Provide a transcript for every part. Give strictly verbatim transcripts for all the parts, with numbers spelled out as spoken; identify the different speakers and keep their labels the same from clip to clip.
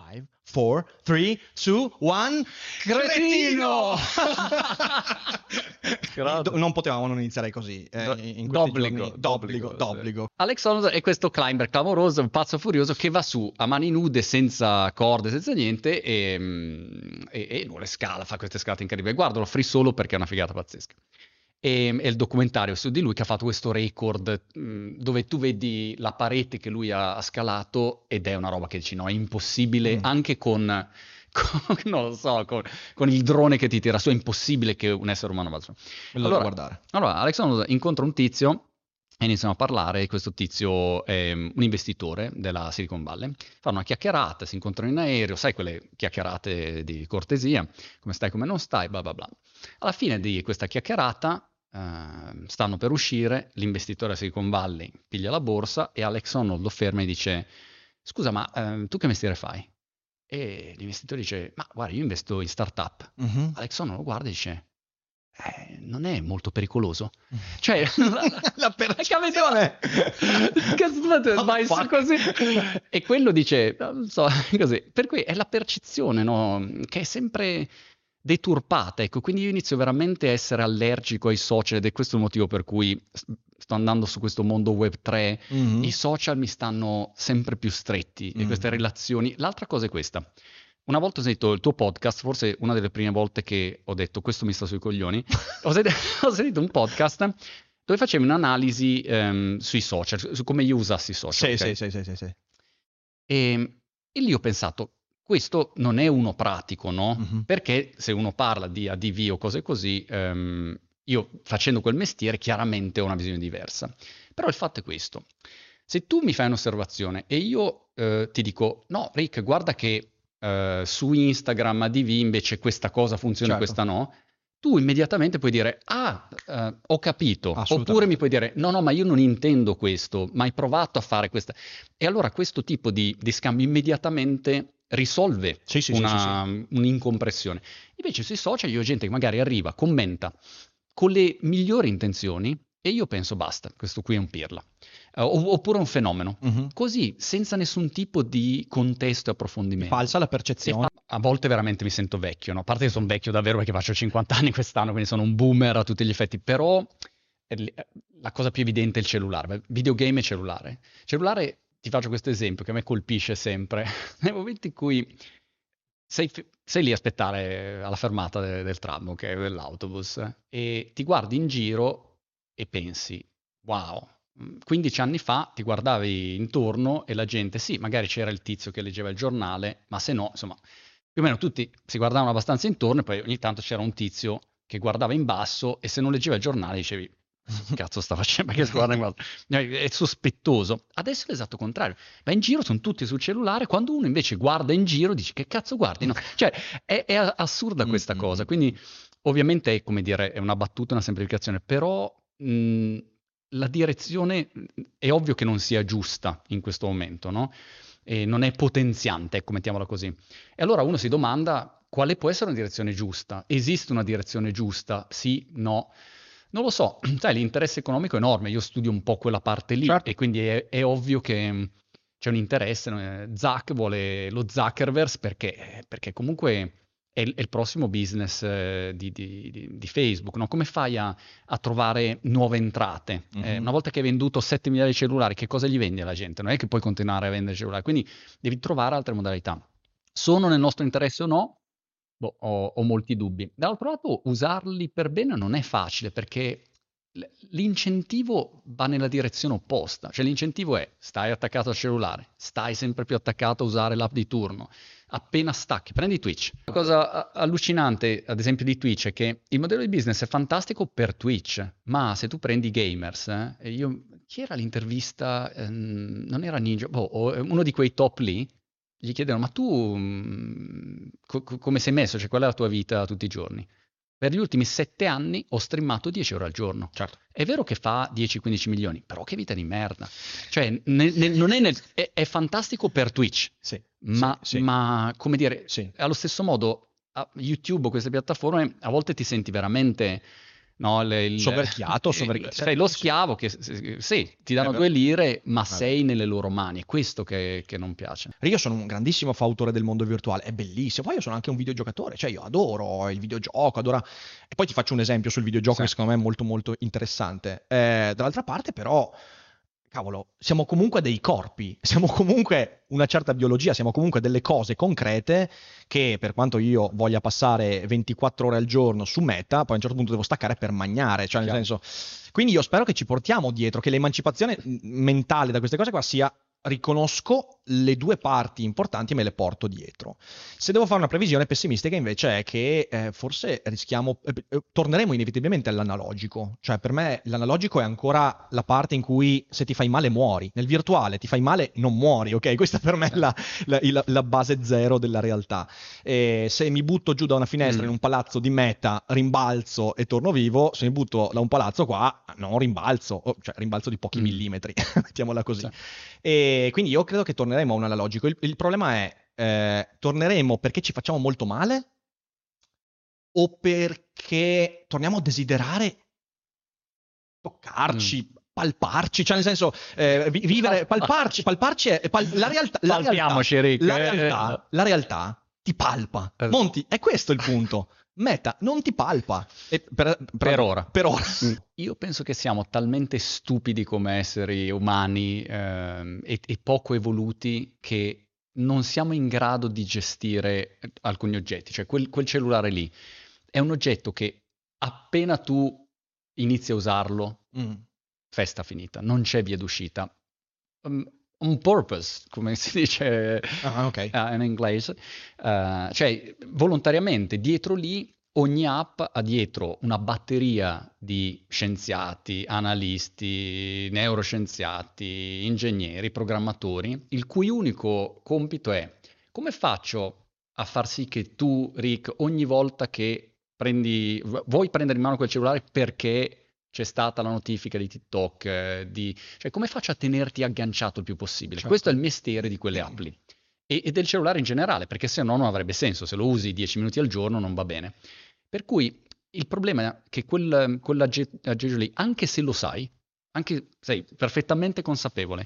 Speaker 1: five, four, three, two, one. Cretino! Non potevamo non iniziare così. Eh, in
Speaker 2: d'obbligo,
Speaker 1: d'obbligo, d'obbligo.
Speaker 2: Alex Honnold è questo climber clamoroso, un pazzo furioso che va su a mani nude, senza corde, senza niente, e, e, e vuole scala, fa queste scalate incredibili. Guardalo free solo perché è una figata pazzesca. E, è il documentario su di lui che ha fatto questo record mh, dove tu vedi la parete che lui ha, ha scalato ed è una roba che dici no, è impossibile, mm. anche con, con non lo so, con, con il drone che ti tira su, è impossibile che un essere umano vada su.
Speaker 1: Me lo allora, devo guardare.
Speaker 2: Allora, Alex Honnold incontra un tizio e iniziano a parlare. Questo tizio è un investitore della Silicon Valley, fanno una chiacchierata, si incontrano in aereo, sai quelle chiacchierate di cortesia, come stai, come non stai, bla bla bla. Alla fine di questa chiacchierata Uh, stanno per uscire, l'investitore a Silicon Valley piglia la borsa e Alex Honnold lo ferma e dice: scusa, ma uh, tu che mestiere fai? E l'investitore dice: ma guarda, io investo in startup. Uh-huh. Alex Honnold lo guarda e dice: eh, non è molto pericoloso? Uh-huh. Cioè
Speaker 1: la percezione
Speaker 2: ma è così. E quello dice non so, così. Per cui è la percezione, no? Che è sempre deturpata, ecco, quindi io inizio veramente a essere allergico ai social ed è questo il motivo per cui sto andando su questo mondo web tre. Mm-hmm. I social mi stanno sempre più stretti mm-hmm. e queste relazioni. L'altra cosa è questa: una volta ho sentito il tuo podcast, forse una delle prime volte che ho detto questo mi sta sui coglioni, ho, sentito, ho sentito un podcast dove facevi un'analisi um, sui social, su, su come io usassi i social.
Speaker 1: Sì,
Speaker 2: okay?
Speaker 1: sì, sì, sì, sì.
Speaker 2: E, e lì ho pensato, questo non è uno pratico, no? Uh-huh. Perché se uno parla di A D V o cose così, um, io facendo quel mestiere chiaramente ho una visione diversa. Però il fatto è questo: se tu mi fai un'osservazione e io eh, ti dico, no, Rick, guarda che eh, su Instagram A D V invece questa cosa funziona e certo. questa no, tu immediatamente puoi dire, ah, eh, ho capito. Oppure mi puoi dire, no, no, ma io non intendo questo, ma hai provato a fare questa. E allora questo tipo di, di scambio immediatamente risolve
Speaker 1: sì, sì,
Speaker 2: una,
Speaker 1: sì, sì, sì.
Speaker 2: un'incompressione. Invece sui social io ho gente che magari arriva, commenta con le migliori intenzioni e io penso basta, questo qui è un pirla. Uh, oppure un fenomeno. Uh-huh. Così, senza nessun tipo di contesto e approfondimento.
Speaker 1: Falsa la percezione.
Speaker 2: Fa- a volte veramente mi sento vecchio, no? A parte che sono vecchio davvero perché faccio cinquanta anni quest'anno, quindi sono un boomer a tutti gli effetti, però la cosa più evidente è il cellulare. Videogame e cellulare. Cellulare, ti faccio questo esempio che a me colpisce sempre. Nel momento in cui sei, sei lì a aspettare alla fermata de- del tram, ok, dell'autobus, e ti guardi in giro e pensi, wow, quindici anni fa ti guardavi intorno e la gente, sì, magari c'era il tizio che leggeva il giornale, ma se no, insomma, più o meno tutti si guardavano abbastanza intorno e poi ogni tanto c'era un tizio che guardava in basso e se non leggeva il giornale dicevi, cazzo sta facendo, che guarda in basso? È sospettoso. Adesso è l'esatto contrario, va in giro, sono tutti sul cellulare, quando uno invece guarda in giro dici che cazzo guardi? No? Cioè è, è assurda questa cosa, quindi ovviamente è come dire, è una battuta, una semplificazione, però mh, la direzione è ovvio che non sia giusta in questo momento, no? E non è potenziante, ecco, mettiamola così. E allora uno si domanda quale può essere una direzione giusta? Esiste una direzione giusta? Sì, no? Non lo so, sai, l'interesse economico è enorme, io studio un po' quella parte lì certo. E quindi è, è ovvio che c'è un interesse. Zuck vuole lo Zuckerverse perché, perché comunque è il, è il prossimo business eh, di, di, di, di Facebook, no? Come fai a, a trovare nuove entrate? Mm-hmm. Eh, una volta che hai venduto sette miliardi di cellulari, che cosa gli vendi alla gente? Non è che puoi continuare a vendere cellulari, quindi devi trovare altre modalità. Sono nel nostro interesse o no? Boh, ho, ho molti dubbi. Dall'altro lato, usarli per bene non è facile perché l'incentivo va nella direzione opposta. Cioè l'incentivo è stai attaccato al cellulare, stai sempre più attaccato a usare l'app di turno. Appena stacchi, prendi Twitch. La cosa allucinante, ad esempio, di Twitch è che il modello di business è fantastico per Twitch, ma se tu prendi i gamers, eh, io, chi era l'intervista? Ehm, non era Ninja, boh, uno di quei top lì, gli chiedono, ma tu mh, co- come sei messo? Cioè, qual è la tua vita tutti i giorni? Per gli ultimi sette anni ho streamato dieci euro al giorno.
Speaker 1: Certo.
Speaker 2: È vero che fa dieci quindici milioni, però che vita di merda. Cioè, nel, nel, non è, nel, è, è fantastico per Twitch,
Speaker 1: sì,
Speaker 2: ma,
Speaker 1: sì, sì.
Speaker 2: ma come dire,
Speaker 1: sì.
Speaker 2: allo stesso modo YouTube o queste piattaforme a volte ti senti veramente no, le- il-
Speaker 3: Soverchiato,
Speaker 2: eh,
Speaker 3: sover-
Speaker 2: sei lo schiavo che sì, ti danno
Speaker 3: Eh,
Speaker 2: due lire, ma
Speaker 3: eh.
Speaker 2: sei nelle loro mani. È questo che, che non piace.
Speaker 3: Io sono un grandissimo fautore del mondo virtuale, è bellissimo. Poi io sono anche un videogiocatore, cioè io adoro il videogioco, adoro... E poi ti faccio un esempio sul videogioco
Speaker 2: Sì.
Speaker 3: che secondo me è molto molto interessante. Eh, dall'altra parte però, cavolo, siamo comunque dei corpi, siamo comunque una certa biologia, siamo comunque delle cose concrete che per quanto io voglia passare ventiquattro ore al giorno su Meta, poi a un certo punto devo staccare per mangiare, cioè nel
Speaker 2: Chiaro.
Speaker 3: senso... Quindi io spero che ci portiamo dietro, che l'emancipazione mh, mentale da queste cose qua sia riconosco le due parti importanti e me le porto dietro. Se devo fare una previsione pessimistica invece è che eh, forse rischiamo, eh, eh, torneremo inevitabilmente all'analogico, cioè per me l'analogico è ancora la parte in cui se ti fai male muori, nel virtuale ti fai male non muori, ok? Questa per me è la, la- la- la base zero della realtà. E se mi butto giù da una finestra
Speaker 2: Mm.
Speaker 3: in un palazzo di Meta, rimbalzo e torno vivo, se mi butto da un palazzo qua, non rimbalzo, oh, cioè rimbalzo di pochi
Speaker 2: Mm.
Speaker 3: millimetri, mettiamola così.
Speaker 2: Sì.
Speaker 3: E quindi io credo che torneremo a un analogico. Il, il problema è, eh, torneremo perché ci facciamo molto male o perché torniamo a desiderare toccarci, palparci, cioè nel senso eh, vi- vivere, palparci, palparci è pal- la realtà, la realtà,
Speaker 2: Palpiamoci, Rick,
Speaker 3: la
Speaker 2: eh.
Speaker 3: realtà, la realtà ti palpa.
Speaker 2: Eh.
Speaker 3: Monti, è questo il punto. Meta non ti palpa. E per, per-
Speaker 2: Per ora.
Speaker 3: Per ora.
Speaker 2: Mm. Io penso che siamo talmente stupidi come esseri umani ehm, e, e poco evoluti che non siamo in grado di gestire alcuni oggetti. Cioè quel, quel cellulare lì è un oggetto che appena tu inizi a usarlo,
Speaker 3: Mm.
Speaker 2: festa finita, non c'è via d'uscita. Um, on purpose, come si dice
Speaker 3: Ah, ok.
Speaker 2: eh, in inglese. Eh, cioè, volontariamente, dietro lì, ogni app ha dietro una batteria di scienziati, analisti, neuroscienziati, ingegneri, programmatori, il cui unico compito è come faccio a far sì che tu, Rick, ogni volta che prendi, vuoi prendere in mano quel cellulare perché c'è stata la notifica di TikTok, eh, di... cioè come faccio a tenerti agganciato il più possibile?
Speaker 3: Certo.
Speaker 2: Questo è il mestiere di quelle app lì. E, e del cellulare in generale, perché se no non avrebbe senso, se lo usi dieci minuti al giorno non va bene. Per cui il problema è che quel, quell'aggeggio lì, anche se lo sai, anche sei perfettamente consapevole,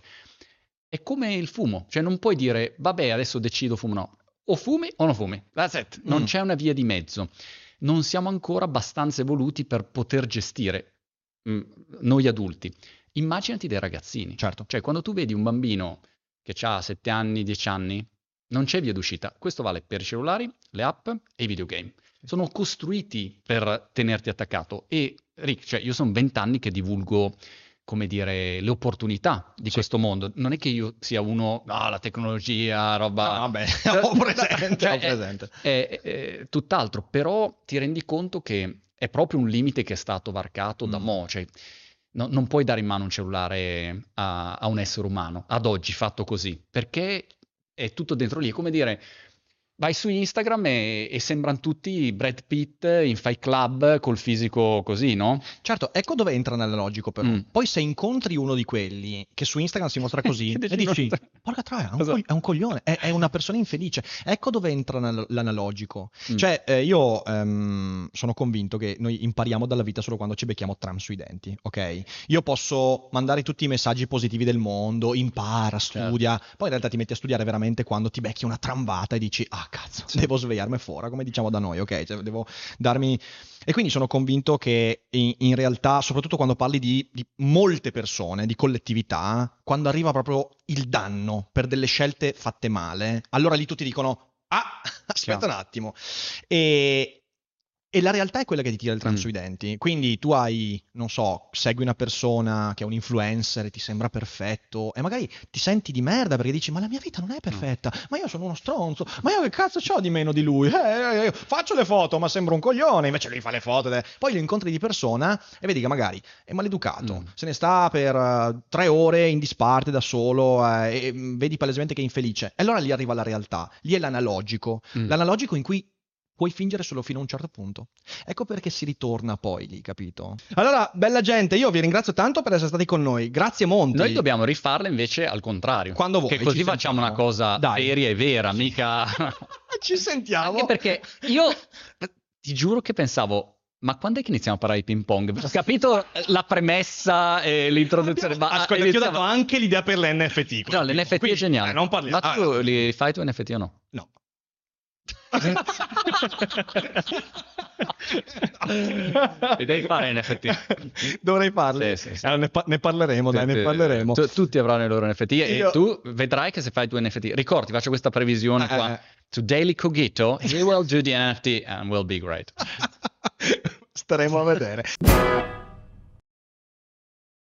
Speaker 2: è come il fumo, cioè non puoi dire vabbè adesso decido fumo no, o fumi o non fumi, that's it, non
Speaker 3: Mm.
Speaker 2: c'è una via di mezzo. Non siamo ancora abbastanza evoluti per poter gestire mm, noi adulti. Immaginati dei ragazzini.
Speaker 3: Certo.
Speaker 2: Cioè, quando tu vedi un bambino che ha sette anni, dieci anni, non c'è via d'uscita. Questo vale per i cellulari, le app e i videogame. Sono costruiti per tenerti attaccato. E, Rick, cioè, io sono vent'anni che divulgo, come dire, le opportunità di
Speaker 3: Sì.
Speaker 2: questo mondo. Non è che io sia uno, no, la tecnologia, roba...
Speaker 3: No, vabbè, ho presente,
Speaker 2: Cioè,
Speaker 3: ho presente.
Speaker 2: È, è- è tutt'altro, però ti rendi conto che è proprio un limite che è stato varcato da
Speaker 3: Mm.
Speaker 2: mo', cioè no- non puoi dare in mano un cellulare a, a un essere umano, ad oggi fatto così, perché è tutto dentro lì, è come dire, vai su Instagram e, e sembrano tutti Brad Pitt in Fight Club col fisico così, no?
Speaker 3: Certo, ecco dove entra nell'analogico però.
Speaker 2: Mm.
Speaker 3: Poi se incontri uno di quelli che su Instagram si mostra così
Speaker 2: Che
Speaker 3: e
Speaker 2: dici,
Speaker 3: dici,
Speaker 2: "Guarda".
Speaker 3: porca troia, è un,
Speaker 2: Esatto.
Speaker 3: cogli- è un coglione, è, è una persona infelice. Ecco dove entra nel- l'analogico.
Speaker 2: Mm.
Speaker 3: Cioè, eh, io ehm, sono convinto che noi impariamo dalla vita solo quando ci becchiamo tram sui denti, ok? Io posso mandare tutti i messaggi positivi del mondo, impara, studia, poi in realtà ti metti a studiare veramente quando ti becchi una tramvata e dici, ah cazzo, devo svegliarmi fuori, come diciamo da noi, ok? Cioè, devo darmi... E quindi sono convinto che in, in realtà, soprattutto quando parli di, di molte persone, di collettività, quando arriva proprio il danno per delle scelte fatte male, allora lì tutti dicono, ah, aspetta
Speaker 2: Chiaro.
Speaker 3: un attimo. E... E la realtà è quella che ti tira il tram
Speaker 2: Mm.
Speaker 3: sui denti. Quindi tu hai, non so, segui una persona che è un influencer e ti sembra perfetto e magari ti senti di merda perché dici ma la mia vita non è perfetta, ma io sono uno stronzo, ma io che cazzo c'ho di meno di lui? Eh, eh, eh, faccio le foto ma sembro un coglione, invece lui fa le foto. ed è- Poi lo incontri di persona e vedi che magari è maleducato,
Speaker 2: Mm.
Speaker 3: se ne sta per eh, tre ore in disparte da solo eh, e mm, vedi palesemente che è infelice. E allora lì arriva la realtà, lì è l'analogico.
Speaker 2: Mm.
Speaker 3: L'analogico in cui puoi fingere solo fino a un certo punto. Ecco perché si ritorna poi lì, capito? Allora, bella gente, io vi ringrazio tanto per essere stati con noi. Grazie Monti.
Speaker 2: Noi dobbiamo rifarla invece al contrario.
Speaker 3: Quando vuoi,
Speaker 2: Che così
Speaker 3: ci
Speaker 2: facciamo
Speaker 3: sentiamo.
Speaker 2: una cosa
Speaker 3: Dai.
Speaker 2: seria e vera, mica...
Speaker 3: Ci sentiamo.
Speaker 2: Anche perché io ti giuro che pensavo, ma quando è che iniziamo a parlare di ping pong? Ho capito la premessa e l'introduzione. Ma
Speaker 1: Ascolta,
Speaker 2: iniziamo...
Speaker 1: ti ho dato anche l'idea per l'N F T.
Speaker 2: No, l'N F T
Speaker 1: Quindi,
Speaker 2: è geniale.
Speaker 1: eh, non parliamo.
Speaker 2: Ma tu
Speaker 1: Ah,
Speaker 2: li fai tu N F T o no?
Speaker 1: no.
Speaker 2: Li devi fare N F T.
Speaker 3: Dovrei farli.
Speaker 2: Sì, sì, sì.
Speaker 3: Allora, ne, pa- ne parleremo, dai, ne
Speaker 2: Tutti-
Speaker 3: parleremo.
Speaker 2: tu- tutti avranno i loro N F T
Speaker 3: Io-
Speaker 2: e tu vedrai che se fai due N F T, ricordi, faccio questa previsione
Speaker 3: Eh,
Speaker 2: qua.
Speaker 3: eh.
Speaker 2: To Daily Cogito, he will do the N F T and will be great.
Speaker 3: Staremo a vedere.